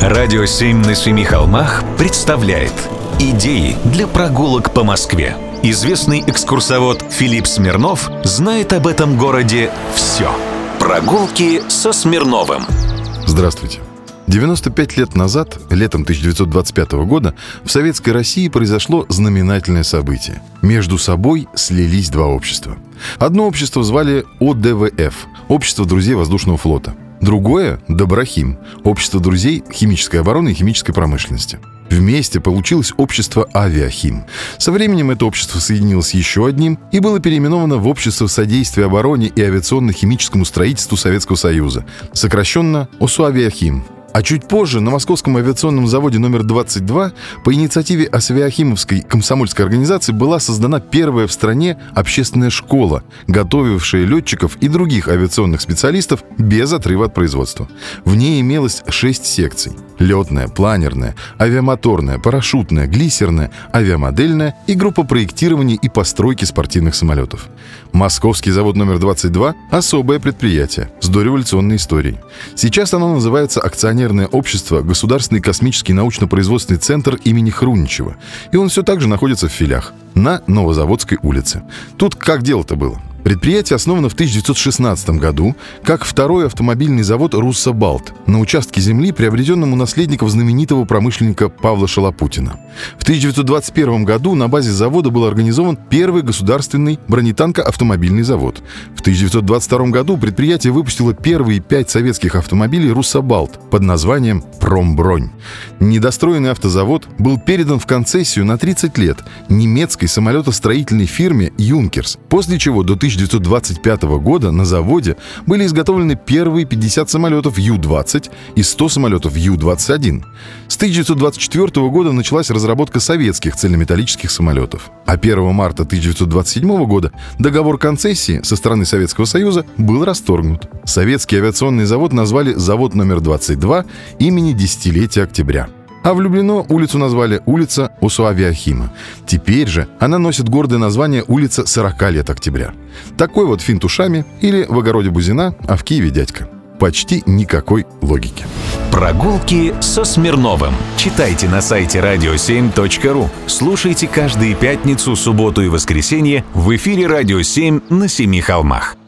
Радио 7 на семи холмах представляет идеи для прогулок по Москве. Известный экскурсовод Филипп Смирнов знает об этом городе все. Прогулки со Смирновым. Здравствуйте. 95 лет назад, летом 1925 года, в Советской России произошло знаменательное событие. Между собой слились два общества. Одно общество звали ОДВФ – Общество друзей воздушного флота. Другое – Доброхим – Общество друзей химической обороны и химической промышленности. Вместе получилось общество Авиахим. Со временем это общество соединилось еще одним и было переименовано в Общество содействия обороне и авиационно-химическому строительству Советского Союза, сокращенно ОСУАвиахим. А чуть позже на Московском авиационном заводе номер 22 по инициативе Осавиахимовской комсомольской организации была создана первая в стране общественная школа, готовившая летчиков и других авиационных специалистов без отрыва от производства. В ней имелось 6 секций – летная, планерная, авиамоторная, парашютная, глиссерная, авиамодельная и группа проектирования и постройки спортивных самолетов. Московский завод номер 22 – особое предприятие с дореволюционной историей. Сейчас оно называется акционерное общество «Государственный космический научно-производственный центр имени Хруничева». И он все так же находится в филях на Новозаводской улице. Тут как дело-то было? Предприятие основано в 1916 году как второй автомобильный завод «Руссобалт» на участке земли, приобретенном у наследников знаменитого промышленника Павла Шалопутина. В 1921 году на базе завода был организован первый государственный бронетанко-автомобильный завод. В 1922 году предприятие выпустило первые 5 советских автомобилей «Руссобалт» под названием «Промбронь». Недостроенный автозавод был передан в концессию на 30 лет немецкой самолетостроительной фирме «Юнкерс», после чего до 1925 года на заводе были изготовлены первые 50 самолетов Ю-20 и 100 самолетов Ю-21. С 1924 года началась разработка советских цельнометаллических самолетов. А 1 марта 1927 года договор концессии со стороны Советского Союза был расторгнут. Советский авиационный завод назвали «Завод номер 22» имени десятилетия октября. А в Люблино улицу назвали улица ОСУАвиахима. Теперь же она носит гордое название улица 40 лет октября. Такой вот финт ушами или в огороде Бузина, а в Киеве дядька. Почти никакой логики. Прогулки со Смирновым. Читайте на сайте radio7.ru. Слушайте каждые пятницу, субботу и воскресенье в эфире «Радио 7» на Семи холмах.